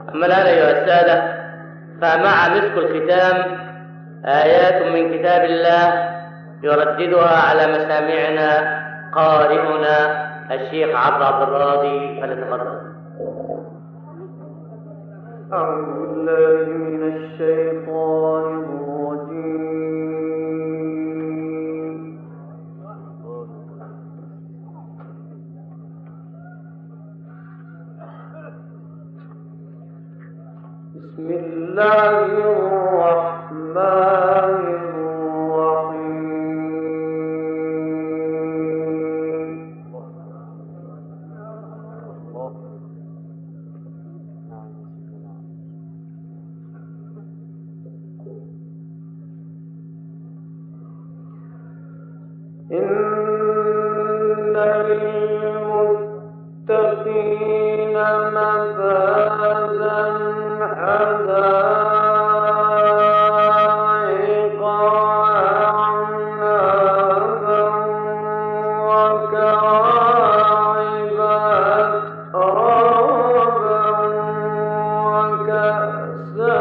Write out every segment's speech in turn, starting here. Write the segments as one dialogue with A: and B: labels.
A: أما الآن أيها السادة، فمع مسك الختام آيات من كتاب الله يرددها على مسامعنا قارئنا الشيخ عبد الراضي، فليتفضل.
B: أعوذ بالله من الشيطان الرجيم. بسم الله الرحمن إن للمتقين مفازا حدائق وأعنابا وكواعب أترابا وكأسا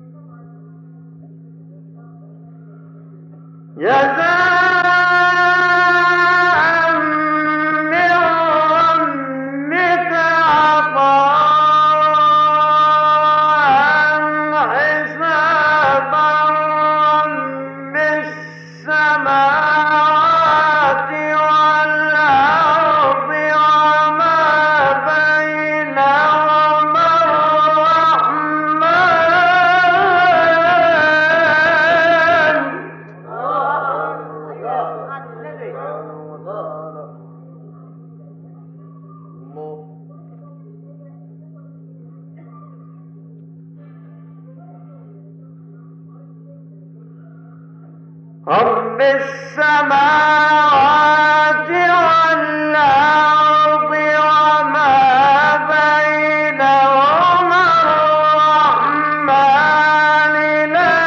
C: جزاء
B: السماوات والأرض وما بينهما رب السماوات والأرض وما بينهما الرحمن لا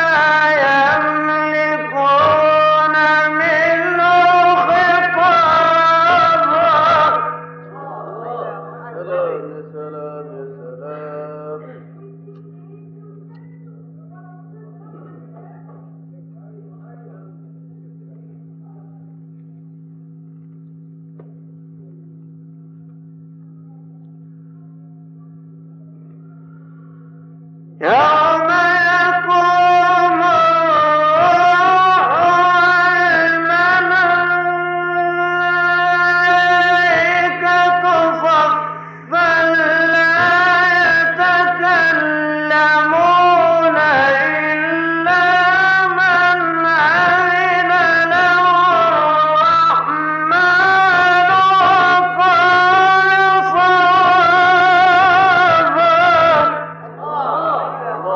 B: يملكون منه خطابا. يوم يقوم الروح والملائكة صفا لا يتكلمون إلا من أذن له الرحمن وقال صوابا.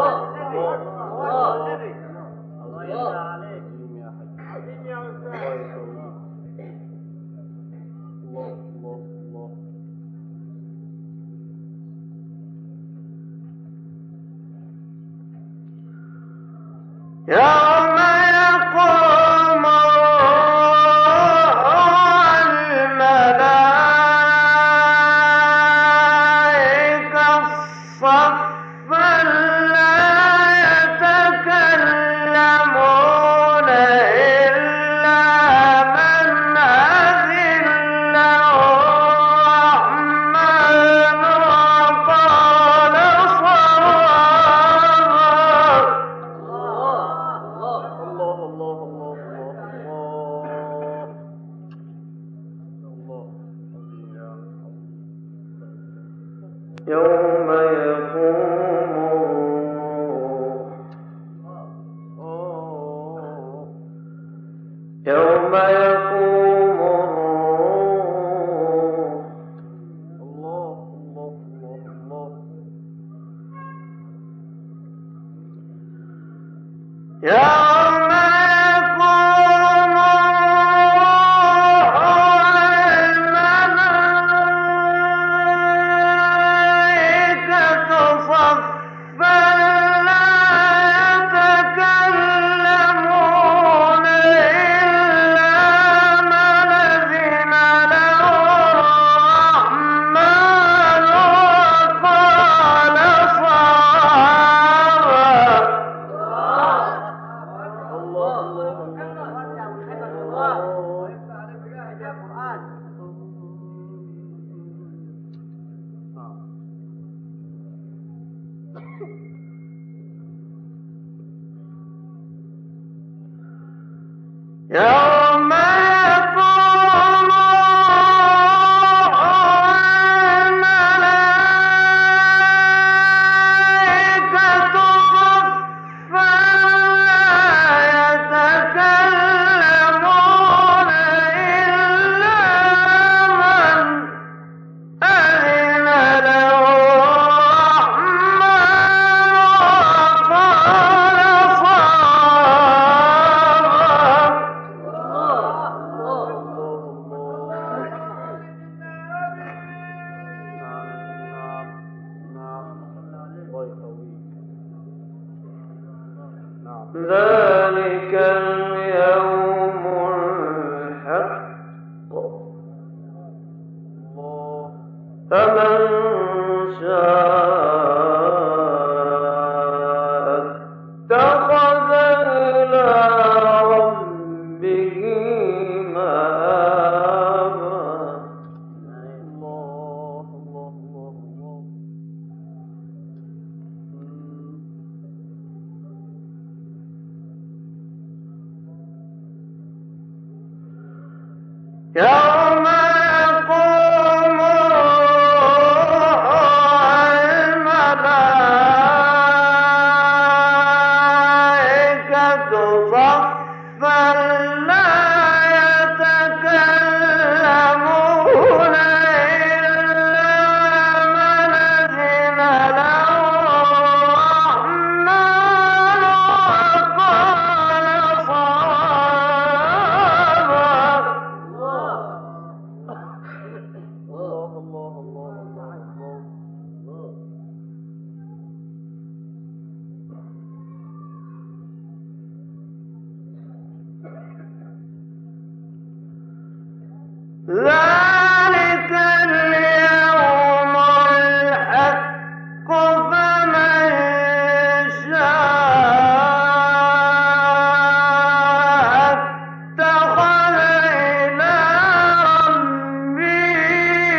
B: يوم يقوم الروح والملائكة صفا لا يتكلمون إلا من أذن له الرحمن وقال صوابا. يوم يقوم الروح يوم يقوم والملائكة صفا لا يتكلمون إلا من أذن له الرحمن وقال يوم يقوم الروح والملائكة صفا لا يتكلمون إلا من أذن له الرحمن وقال ذلك اليوم الحق فمن شاء اتخذ إلى ربه مآبا. ذلك اليوم الحق فمن شاء اتخذ إلى ربه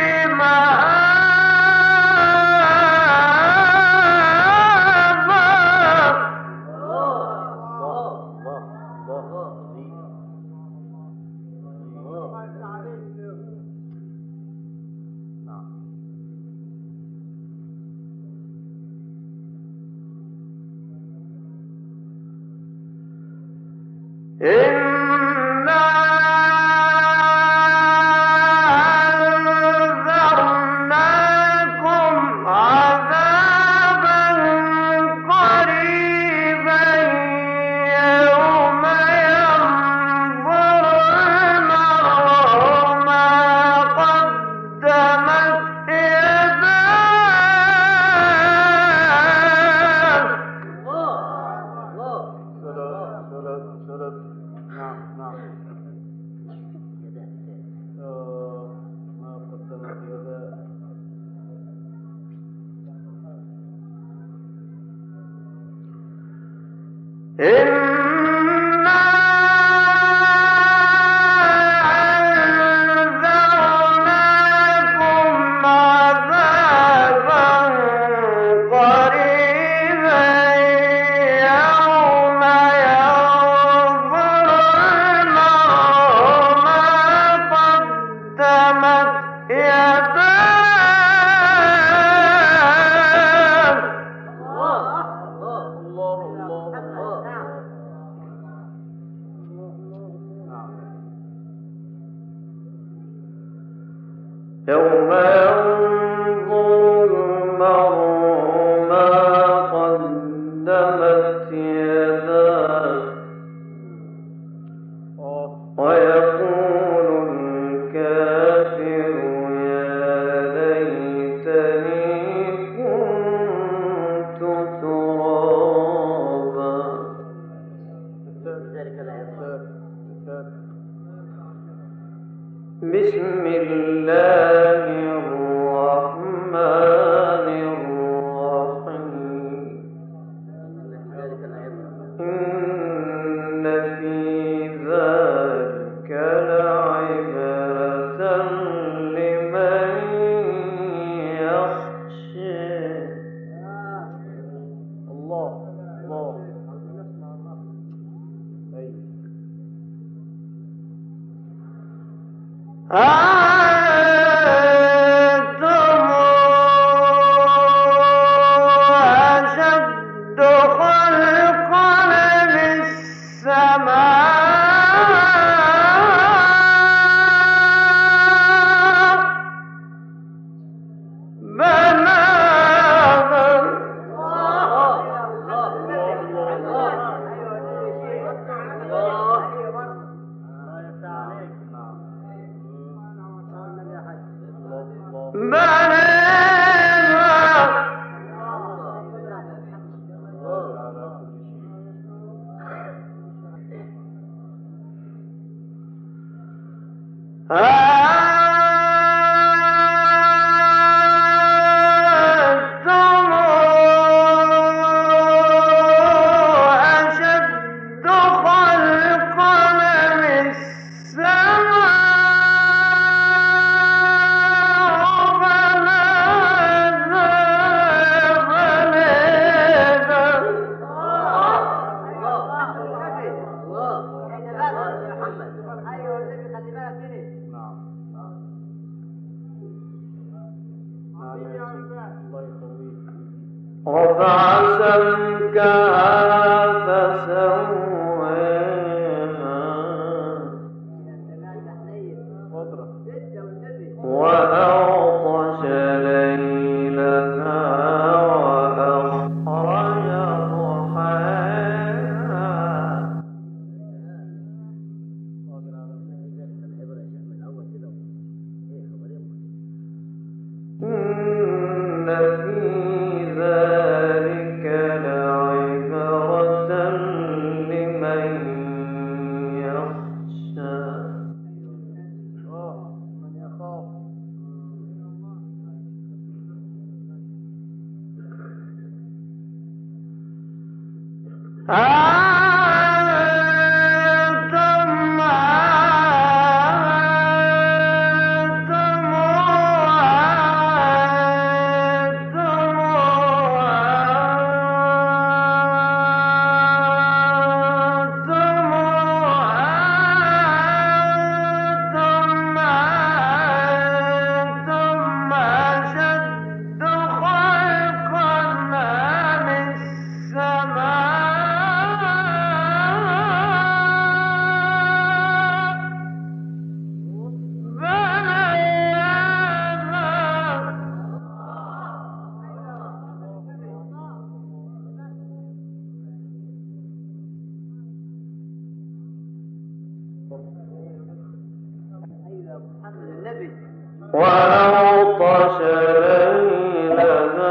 B: إنا أنذرناكم عذابا قريبا يوم ينظر المرء ما قدمت إنا أنذرناكم عذابا قريبا يوم ينظر المرء ما قدمت يوم ينظر المرء ما قدمت يداه ويقول الكافر يا ليتني كنت ترابا. بسم الله الرحمن الرحيم. إن في ذلك لعبرة لمن يخشى. الله الله أنتم أشد خلقا من السماء بناها أنتم أشد خلقا من السماء بناها وأغطش ليلها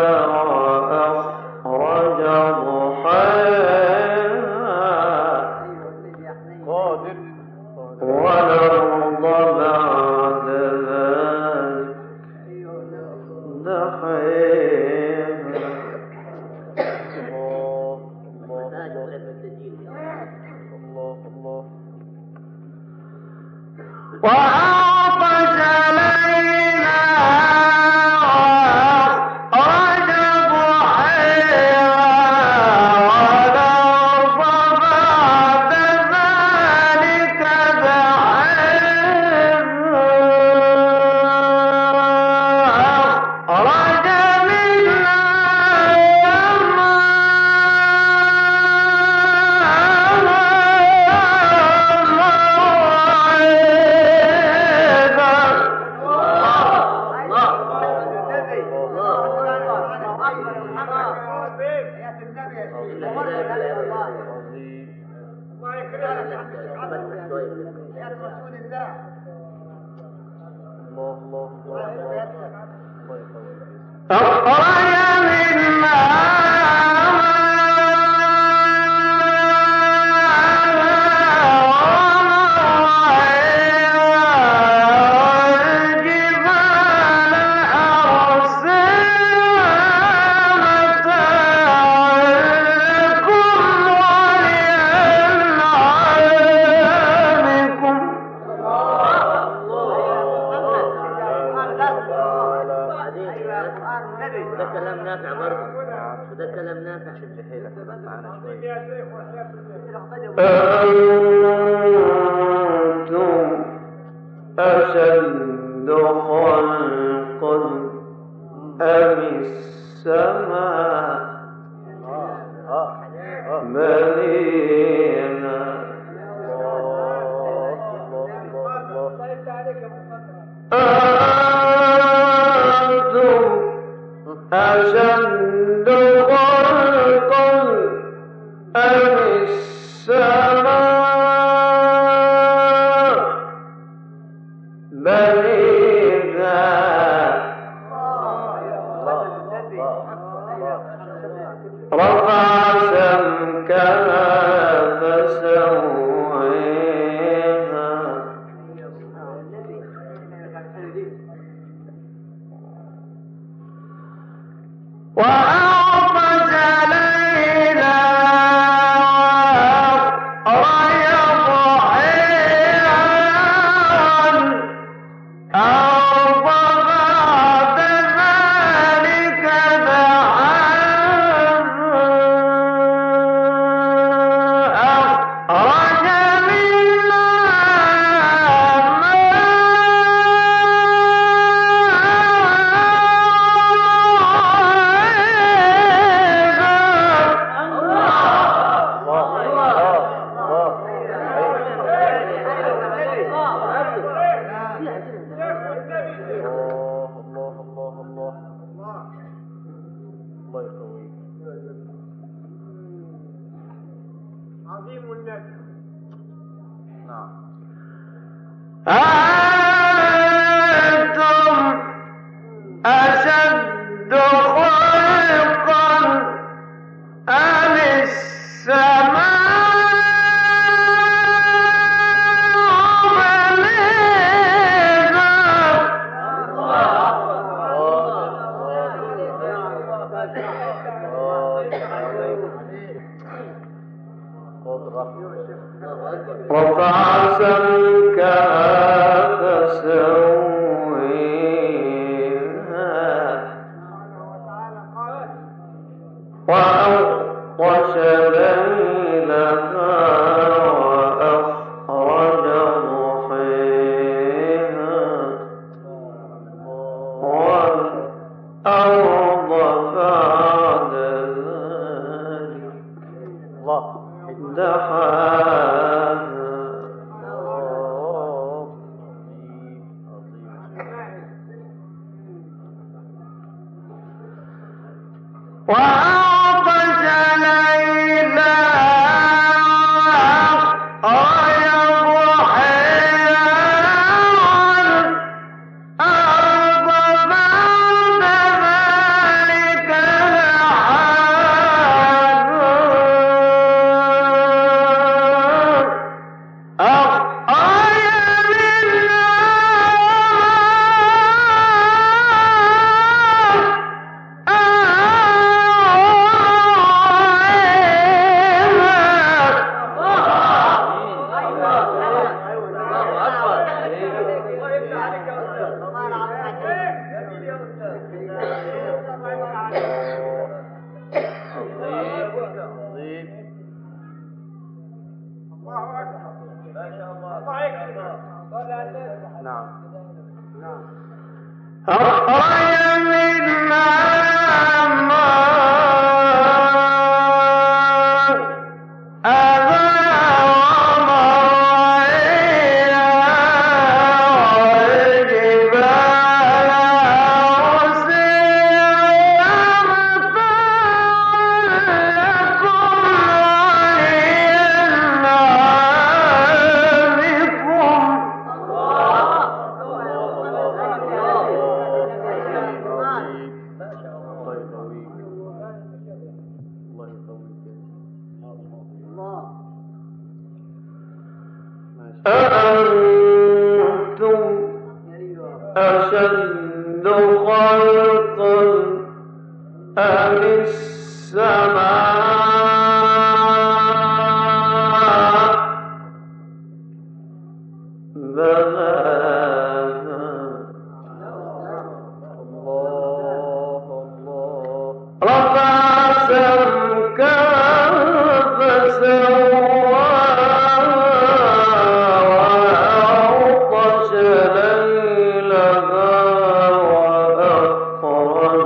B: وأخرج ضحاها والأرض بعد ذلك دحاها أنتم أشد خلقا أم السماء بنينا أنتم أشد خلقا أم السماء بنيها رفع سمكها فسويها وأغطش ليلها أنتم أشد خلقا أم السماء رفع سمكها فسويها وأغطش ليلها وأخرج ضحيها والأرض بعد ذلك دحاها وأغطش ليلها وأخرج ضحيها والأرض بعد ذلك دحاها أخرج منها أأنتم أشد خلقا أم السماء بناها رفع سمكها فسواها وأغطش ليلها وأخرج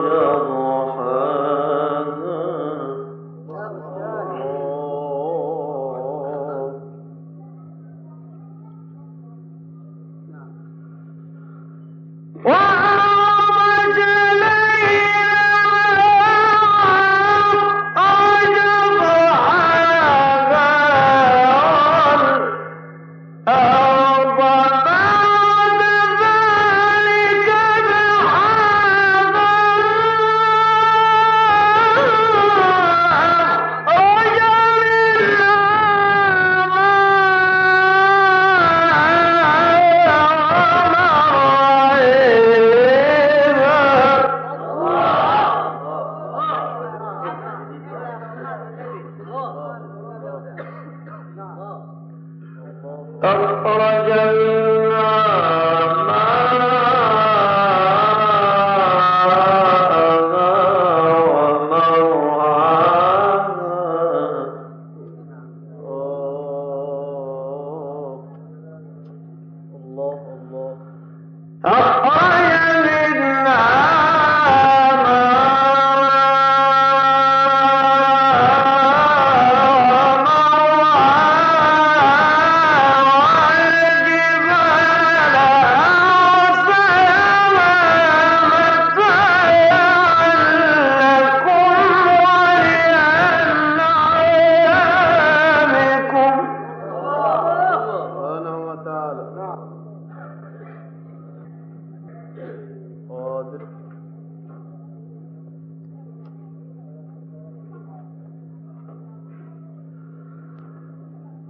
B: ضحاها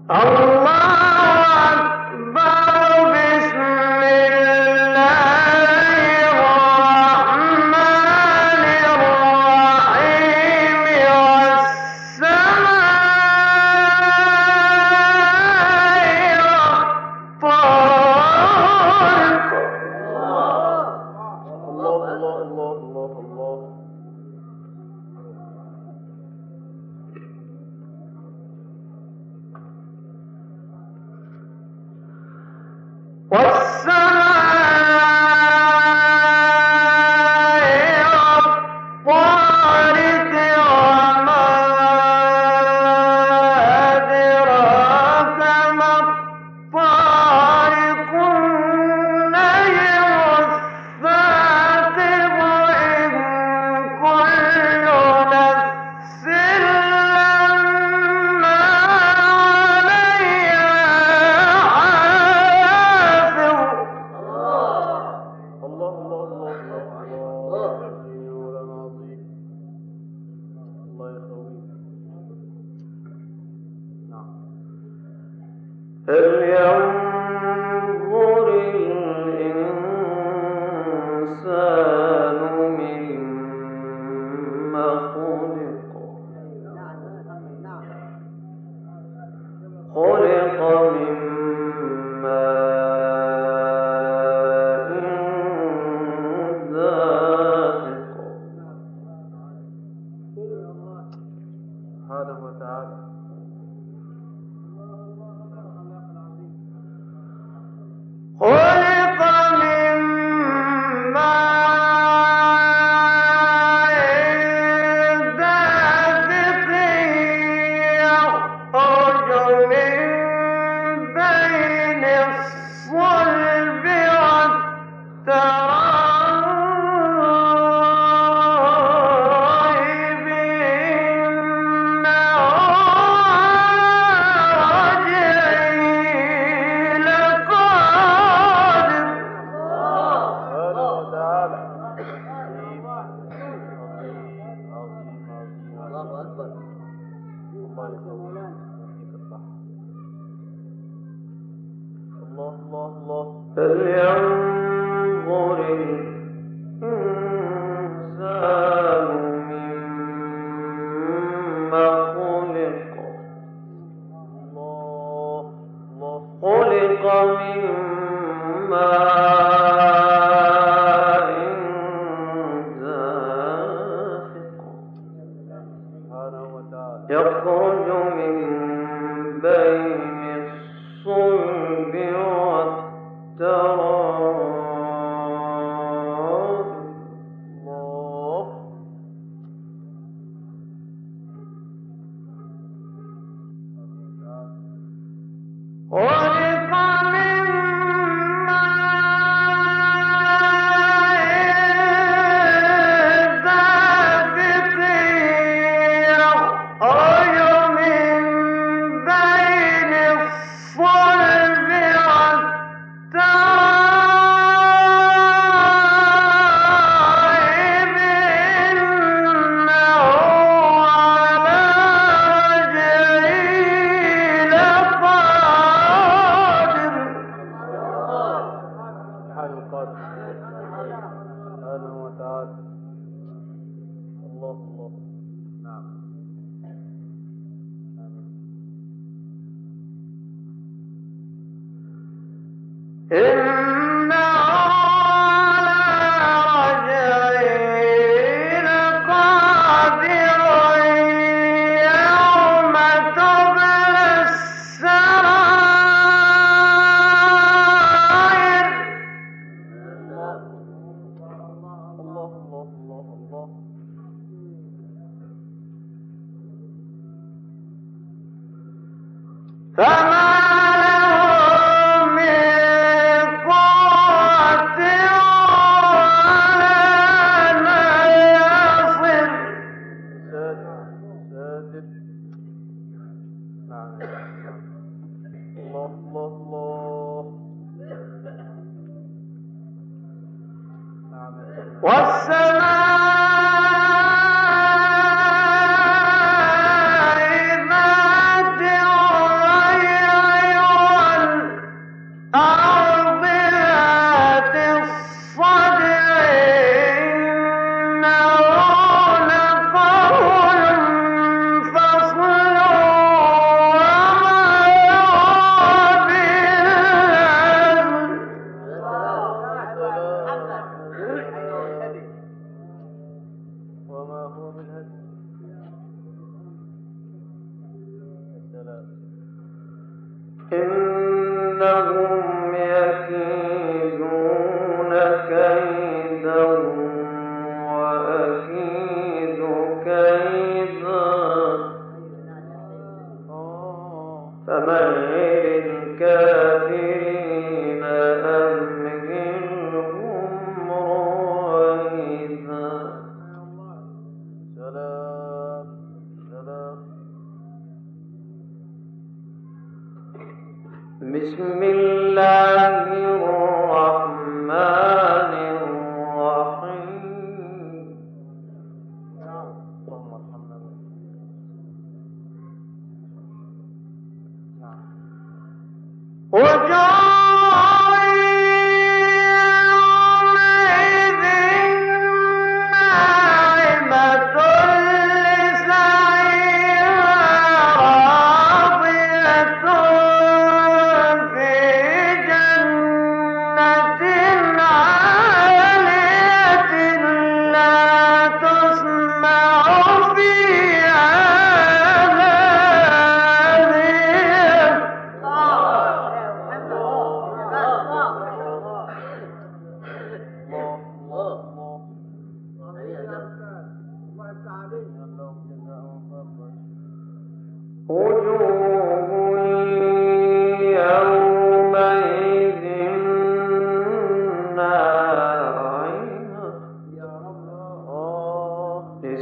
B: الله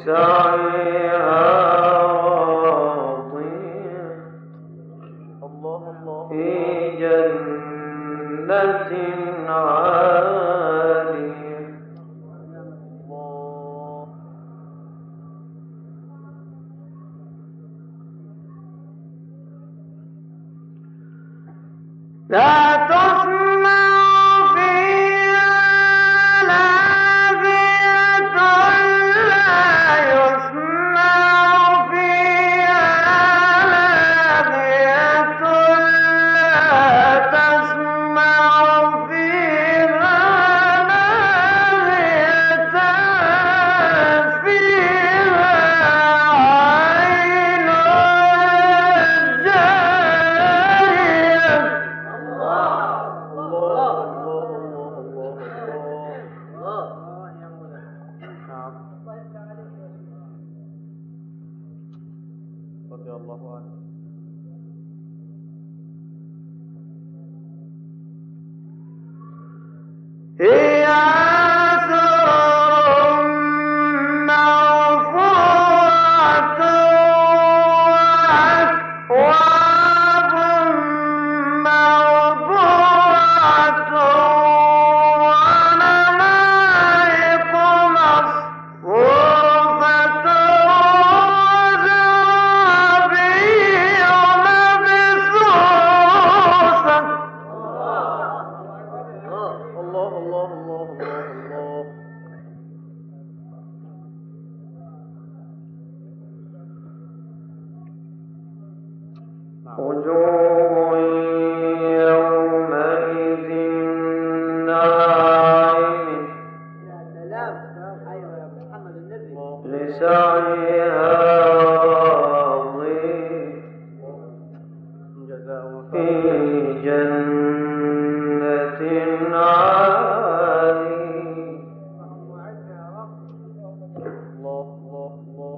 B: لسعيها راضية في جنة عالية لا تسمع فيها لاغية لا يسمع فيها لاغية لا تسمع فيها لاغية فيها عين جارية رضي الله عنه. هي سرر مرفوعة وأكواب موضوعة ونمارق مصفوفة وزرابي مبثوثة. الله الله الله الله الله. وجوه يومئذ ناعمة لسعيها راضية في جنة عالية. الله الله الله.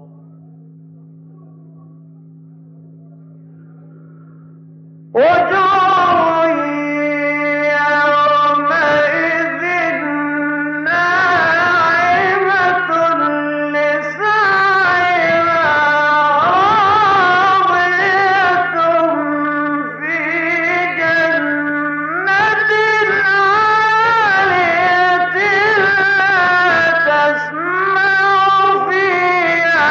B: وجوه يومئذ ناعمة لسعيها راضية في جنة عالية لا تسمع فيها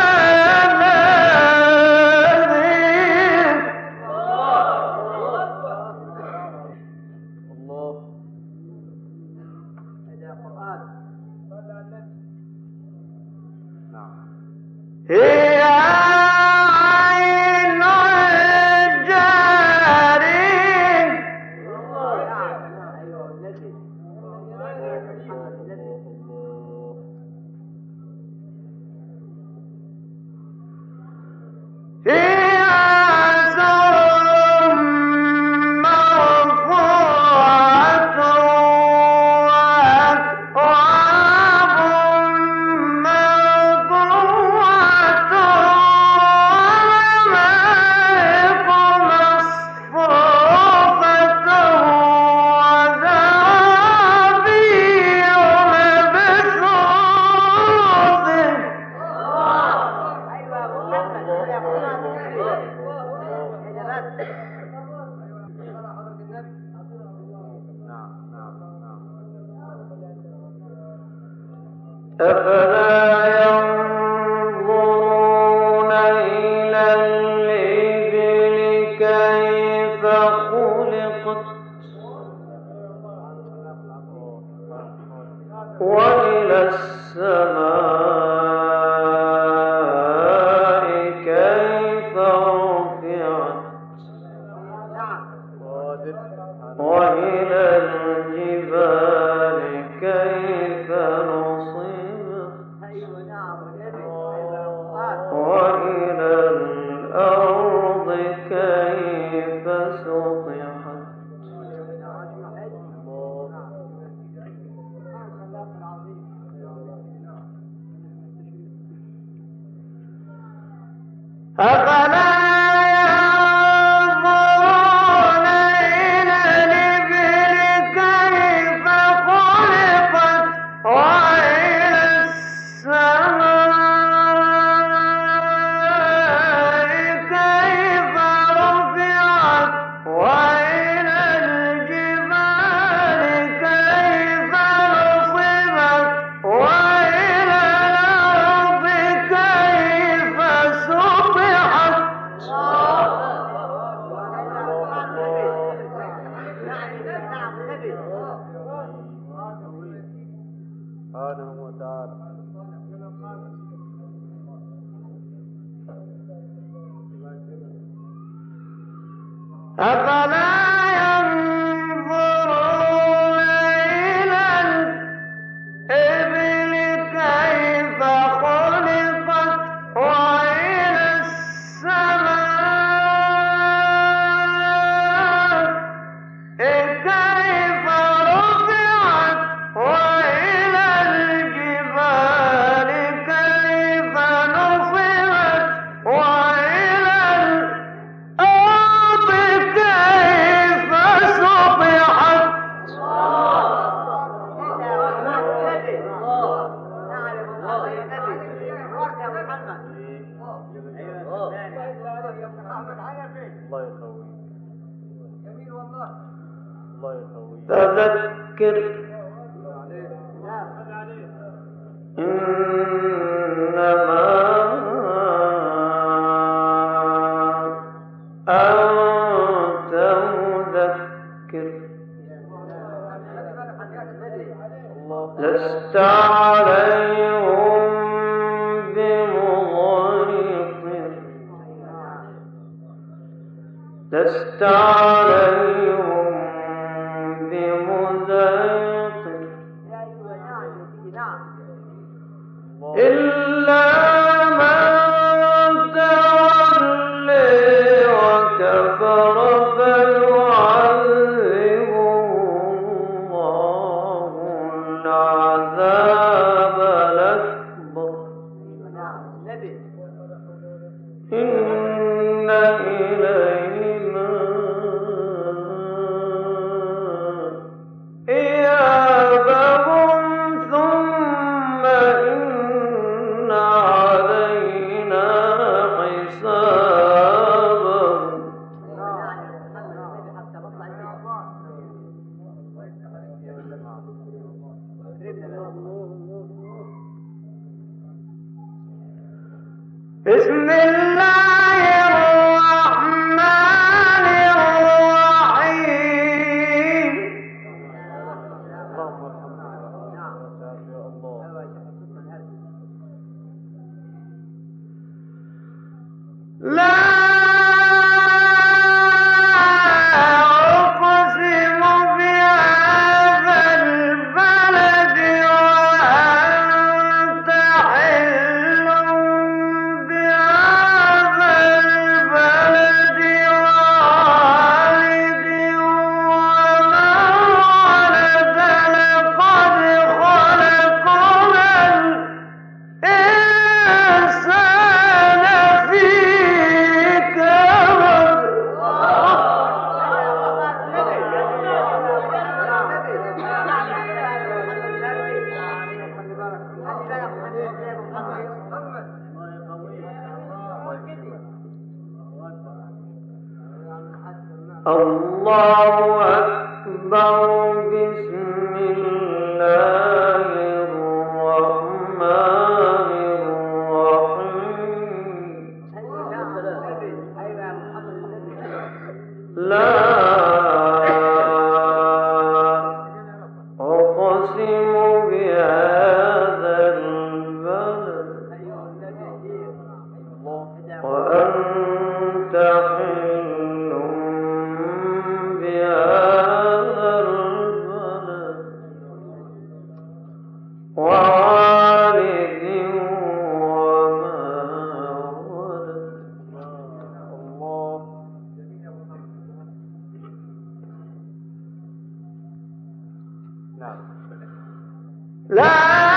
B: لاغية. الله. هي عين الجارية فيها سرر مرفوعة وأكواب موضوعة ونمارق مصفوفة وزرابي مبثوثة. أفلا ينظرون إلى الإبل كيف خلقت وإلى السماء كيف رفعت وإلى الجبال كيف نصبت وإلى الأرض كيف سطحت. سبحانه وتعالى.
C: أفلا ينظرون إلى الإبل كيف خلقت وإلى السماء كيف رفعت وإلى الجبال كيف نصبت وإلى الأرض كيف سطحت فذكر إنما أنت مذكر لست عليهم بمضيق لست عليهم بمسيطر إلا من تولي وكفر فيعذبه الله العذاب الأكبر إن إلينا إيابهم ثم إن علينا حسابهم بسم الله الرحمن الرحيم لا أقسم بهذا البلد وأنت حل بهذا البلد ووالد وما ولد لقد خلقنا الإنسان في كبد الله أكبر بسم الله الرحمن الرحيم لا أقسم بهذا البلد وأنت حل بهذا البلد ووالد وما ولد لا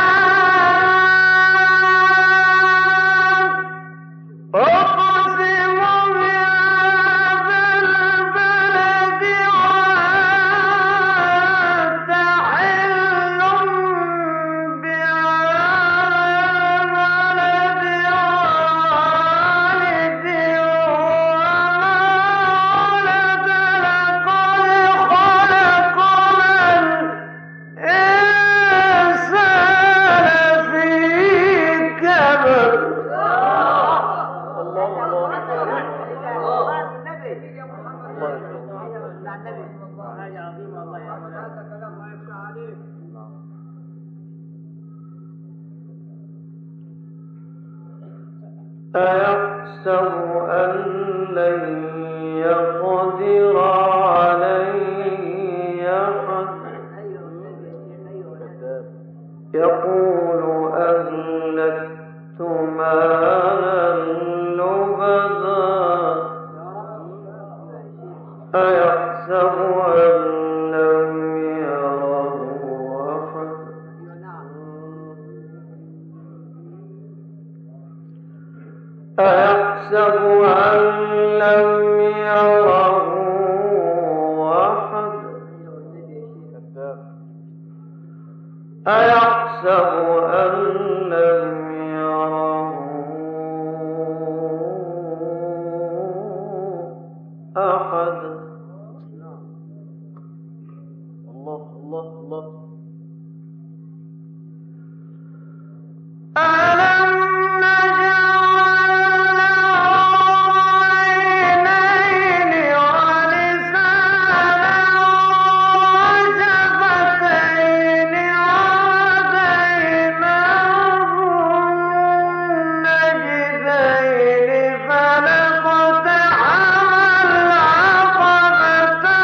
C: أقسم بهذا البلد وأنت حل بهذا البلد ووالد وما ولد لقد خلقنا الإنسان
B: أيحسب أن لن يقدر عليه أحد يقول أهلكت مالا لبدا أيحسب أن لم يره أحد أيحسب أن لم يره أحد أيحسب أن لم يره أحد الله الله الله
C: ألم نجعل عينين ولسانا وشفتين وهديناه النجدين فلاقتحم العقبة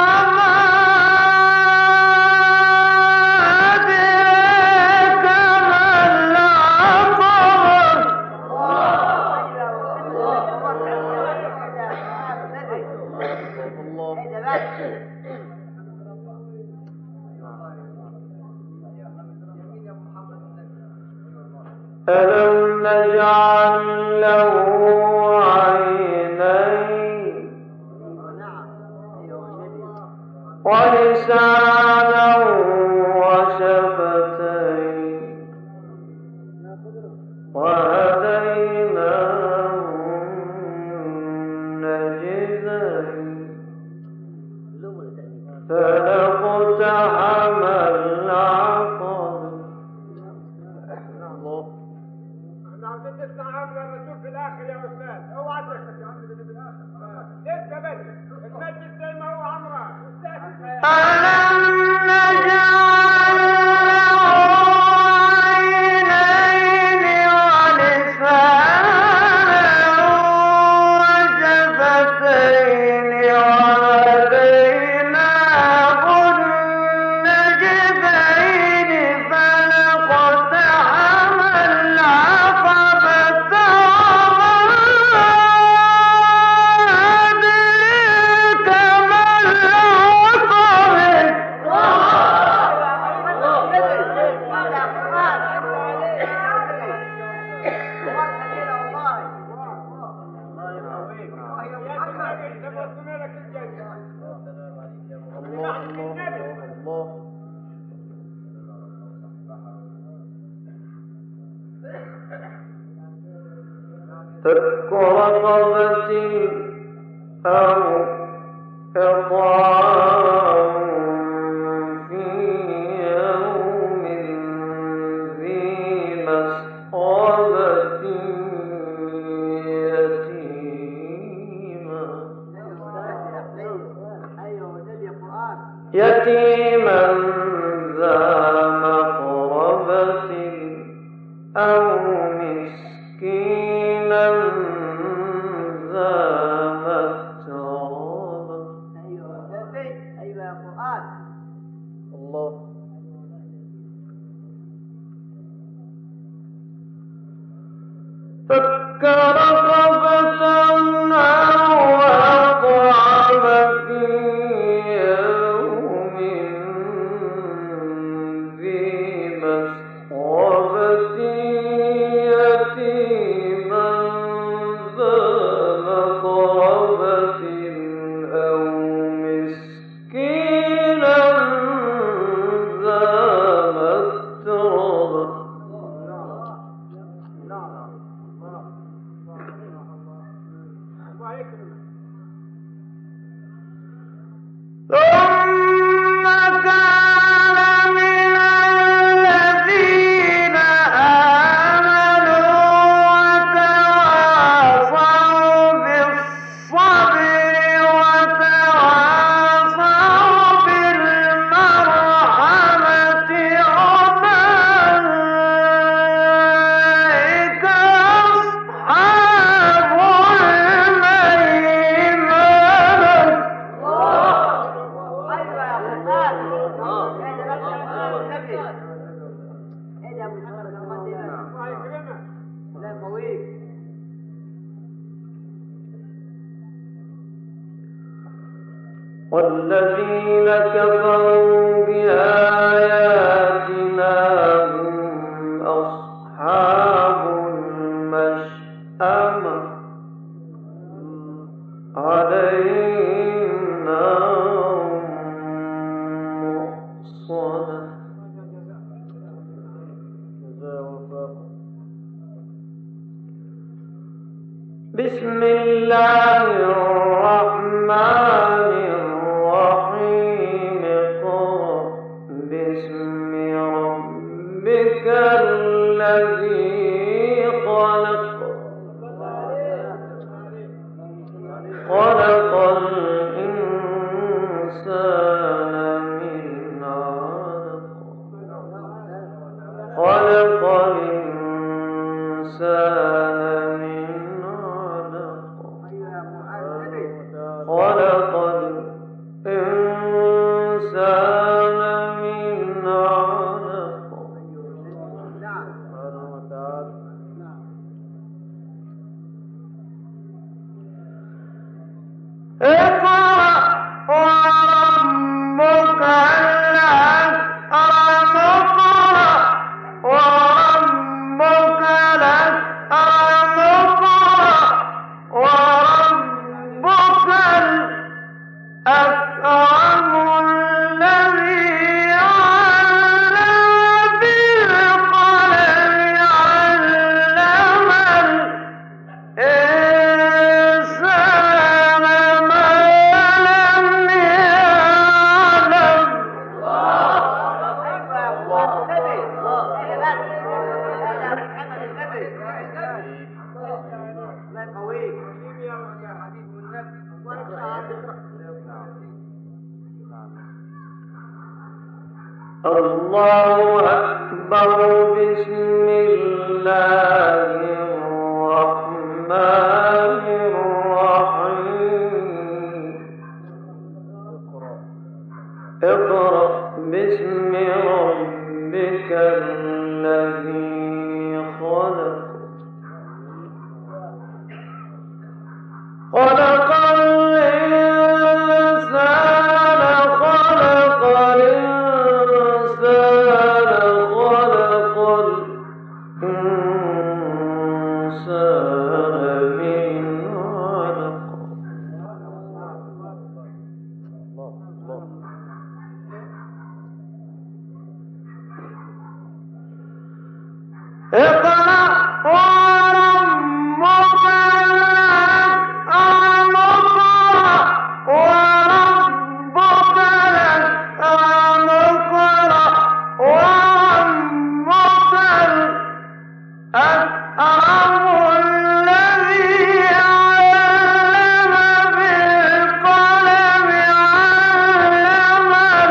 B: ألم نجعل له عينين ولسانا وشفتين وهديناه النجدين فلاقتحم العقبة الله
D: عاوزين نسمع امر الرسول في الاخر يا استاذ. اوعى تسكت يا عم اللي في الاخر. لسه بدري. المسجد زي ما هو عمران.
C: ألم نجعل عينين ولسانا وشفتين وهديناه النجدين فلاقتحم العقبة
B: فك رقبة أو إطعام في يوم ذي مسغبة يتيما ذا مقربة أو مسكينا ذا متربة الله فك رقبة أو أطعم في يوم ذي مسغبة يتيما ذا مقربة أو مسكينا والذين كفروا بآياتنا هم أصحاب المشأمة عليهم نار مؤصدة. بسم الله الرحمن الرحيم. اقرأ باسم ربك الذي خلق. خلق الإنسان من علق. خلق الإنسان من علق. خلق الإنسان من علق. اقرأ وربك الأكرم. اقرأ وربك الأكرم. اقرأ وربك الأكرم الذي علم بالقلم. علم الإنسان ما لم يعلم. الله أكبر. بسم الله الرحمن الرحيم. اقرأ باسم ربك الذي خلق. خلق الإنسان. خلق الإنسان. خلق الإنسان من علق. اقرأ وربك الأكرم. اقرأ وربك الأكرم. اقرأ وربك الأكرم الذي علم بالقلم. علم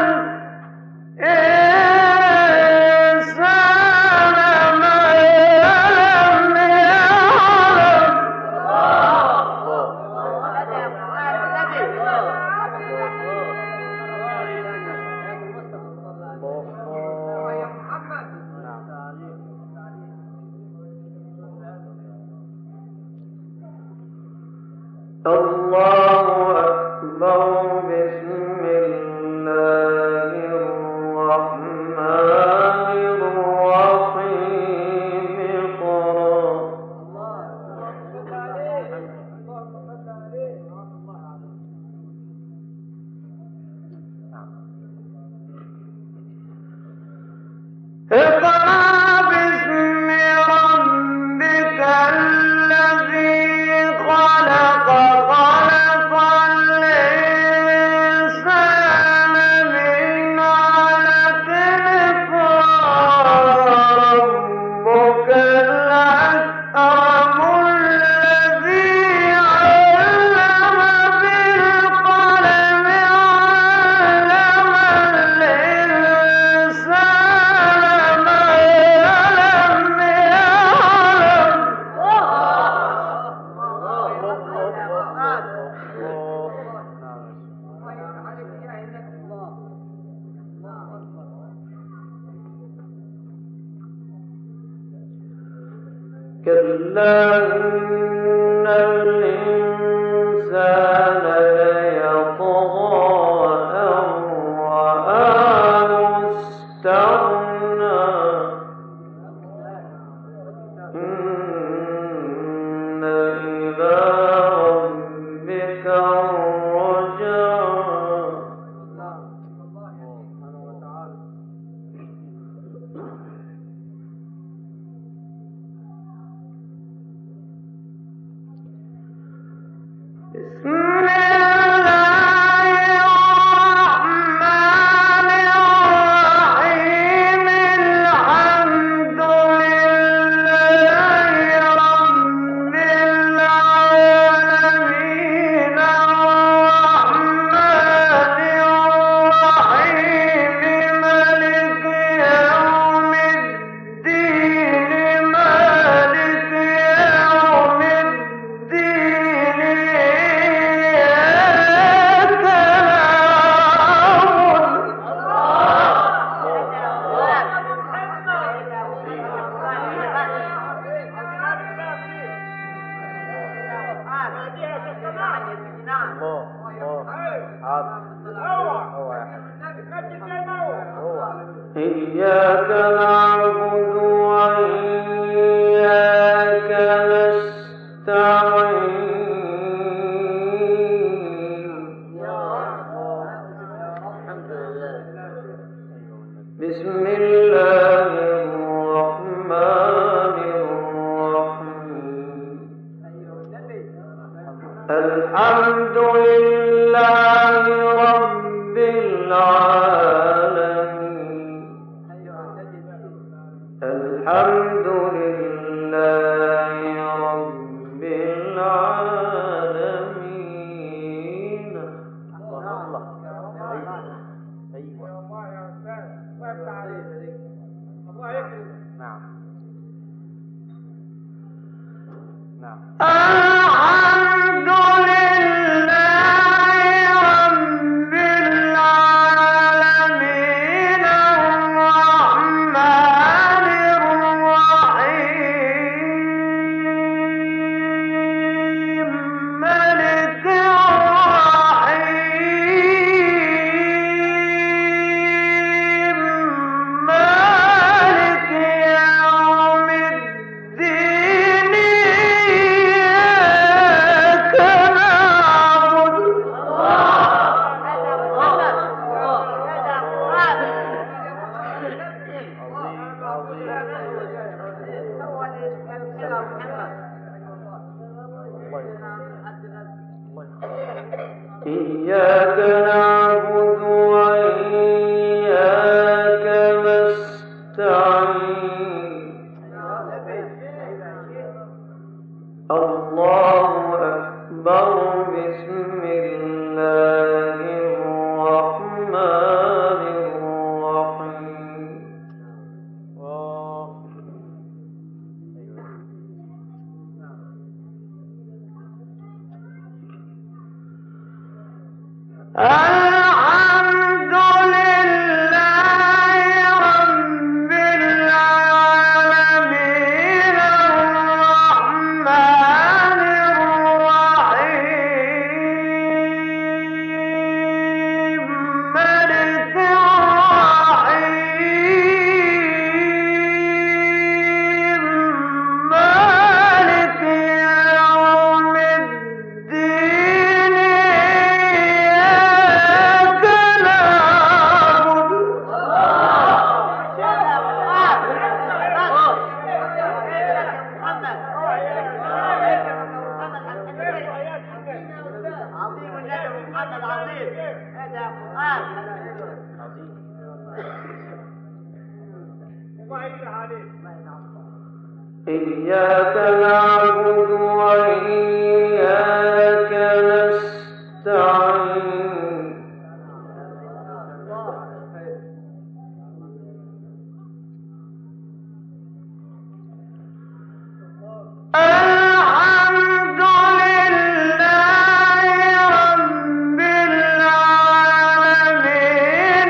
B: الإنسان ما لم يعلم. الله أكبر. بسم الله الرحمن الرحيم. اقرأ. اقرأ باسم ربك الذي خلق. خلق الإنسان من علق. اقرأ ربك الأكرم الذي علم بالقلم. علم الإنسان ما لم يعلم. كلا إن الإنسان ليطغى إياك نعبد وإياك نستعين بسم الله الرحمن الرحيم الحمد لله رب العالمين الحمد لله رب العالمين الحمد لله رب العالمين الرحمن الرحيم مالك الرحيم مالك يوم الدين إياك نعبد إياك نعبد وإياك نستعين الله أكبر بسم الله الرحمن الرحيم الحمد لله رب العالمين الرحمن الرحيم مالك الرحيم مالك يوم الدين إياك نعبد إياك نعبد وإياك نستعين الحمد لله رب العالمين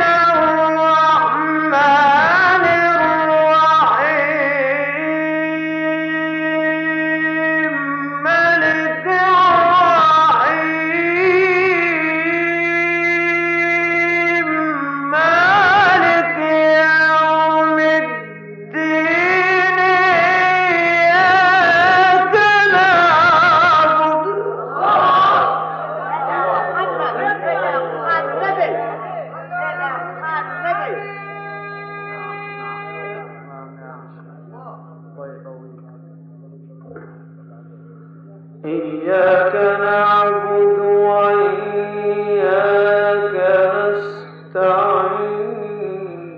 B: الرحمن الرحيم إياك نعبد وإياك نستعين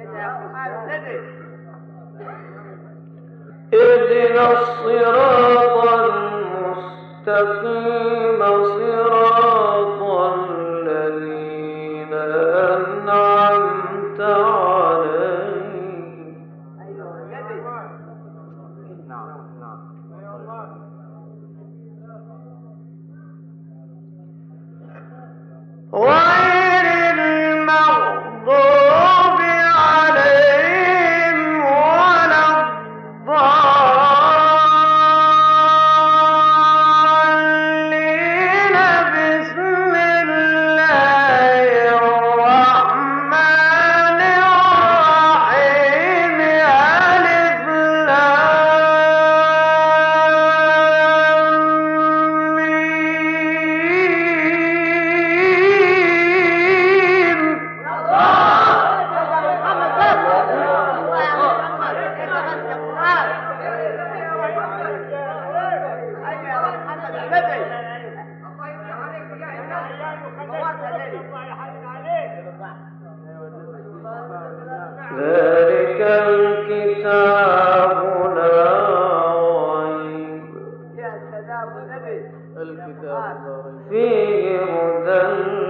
B: اهدنا الصراط المستقيم صراط الذين أنعمت عليهم غير المغضوب عليهم ولا الضالين بسم الله الرحمن الرحيم ألف لام ميم ذلك الكتاب لا ريب فيه هدى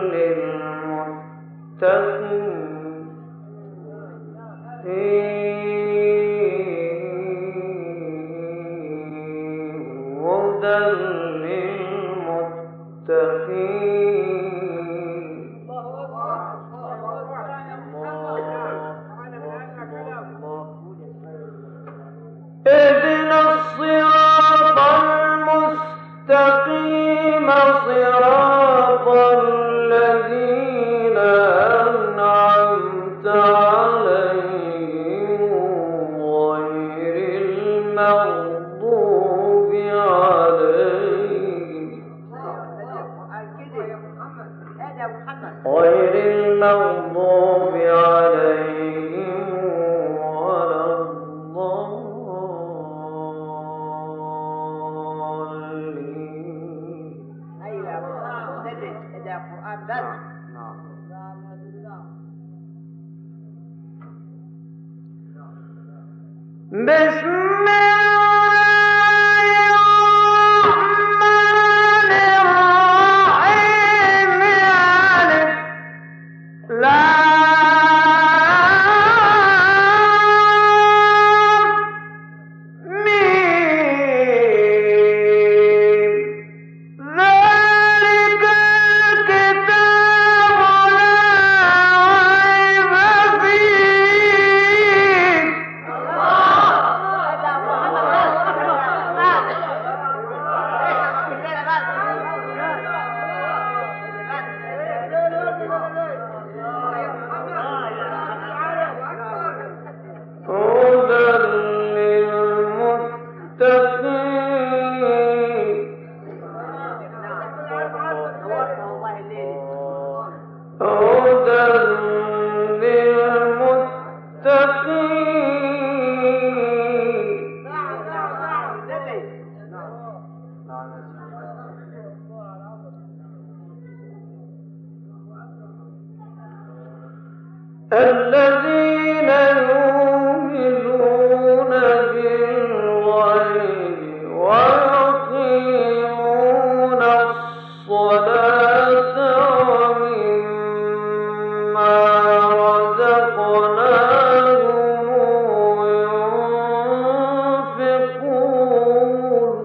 B: للمتقين هدى للمتقين اهدنا الصراط المستقيم صراط الذين أنعمت عليهم غير المغضوب عليهم ولا الضالين بسم الله الرحمن الرحيم ألف لام ميم ذلك الكتاب لا ريب فيه هدى للمتقين هدى للمتقين الذين يؤمنون بالغيب ويقيمون الصلاة ومما رزقناهم ينفقون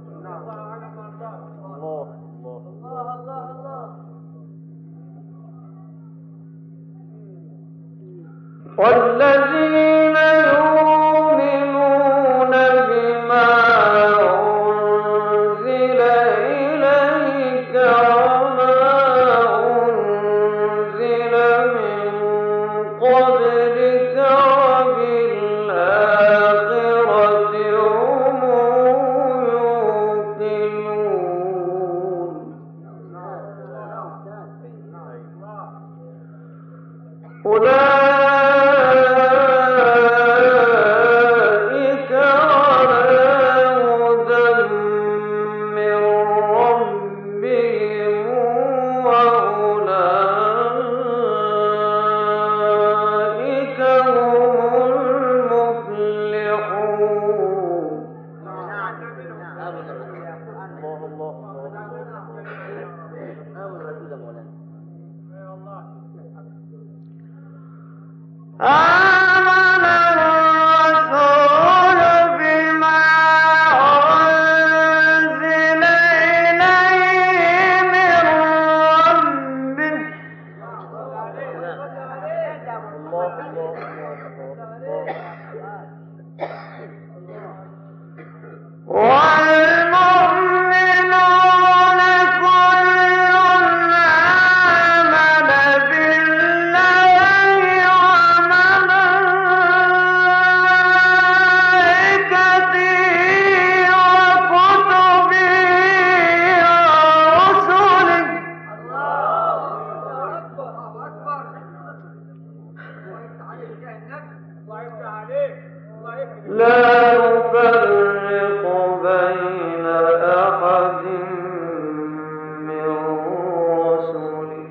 B: والذين يؤمنون بما أنزل إليك وما أنزل من قبلك وبالآخرة هم يوقنون أولئك لا نفرق بين أحد من رسله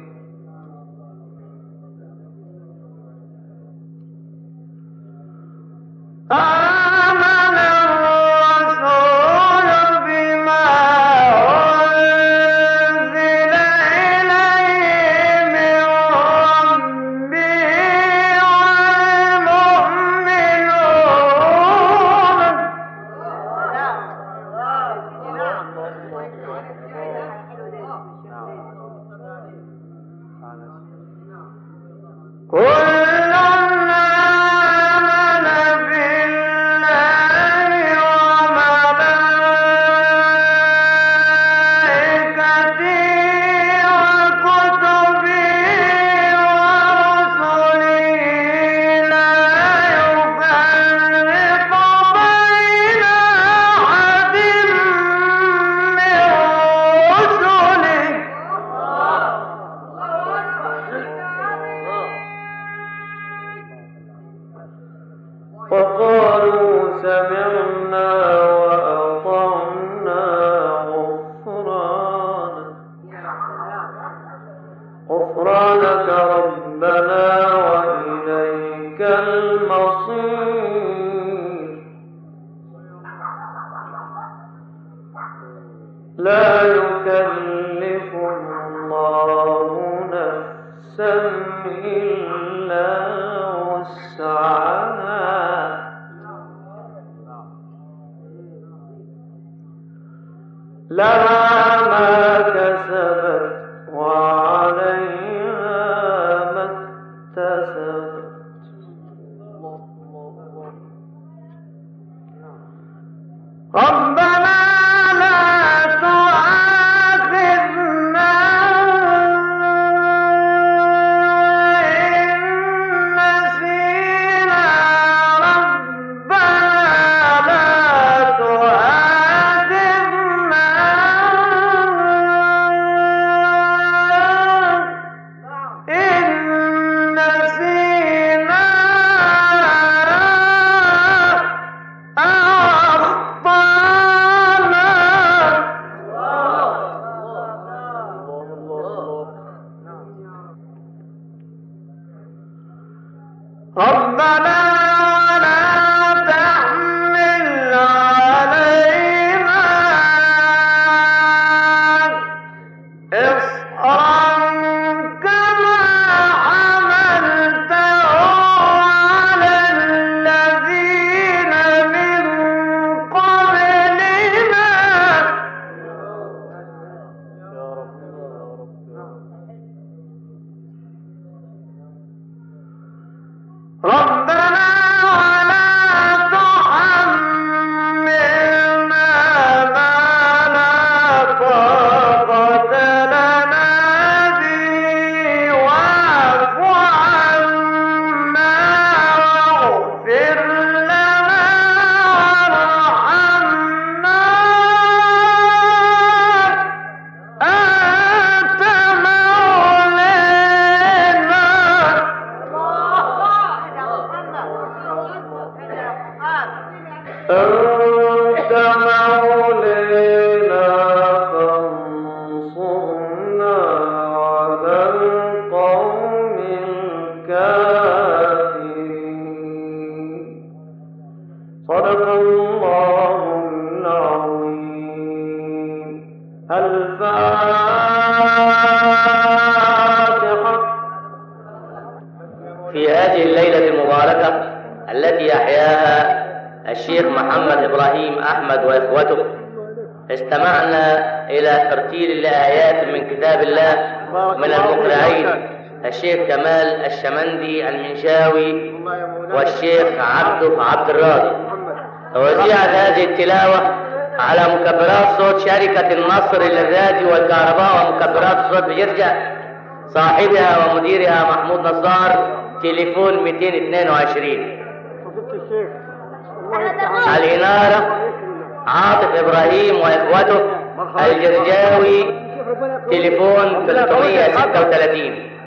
B: آمن الرسول بما أنزل إليه من ربه والمؤمنون كل آمن بالله وملائكته وكتبه ورسله لا يفرق بين أحد من رسله وقالوا سمعنا وأطعنا غفرانك ربنا وإليك المصير لا يكلف الله نفسا إلا وسعها لها ما كسبت وعليها ما اكتسبت ربنا لا تؤاخذنا إن نسينا ربنا لا تؤاخذنا إن نسينا أو أخطأنا ربنا لا تحمل علينا إصرا كما حملته على الذين من قبلنا ربنا ولا تحملنا ما لا طاقة لنا به واعف عنا واغفر لنا وارحمنا أنت مولانا أنت مولانا فانصرنا على القوم الكافرين صدق الله العظيم الفاتحة.
A: في هذه الليلة المباركة التي أحياها الشيخ محمد إبراهيم أحمد وإخوته استمعنا إلى ترتيل لآيات من كتاب الله من المقرعين الشيخ كمال الشمندي المنشاوي والشيخ عبد الراضي. وزيعت هذه التلاوة على مكبرات صوت شركة النصر للراديو والكهرباء ومكبرات الصوت بجرجة، صاحبها ومديرها محمود نصار، تليفون 222. الإنارة عاطف إبراهيم وإخوته الجرجاوي، تليفون 336.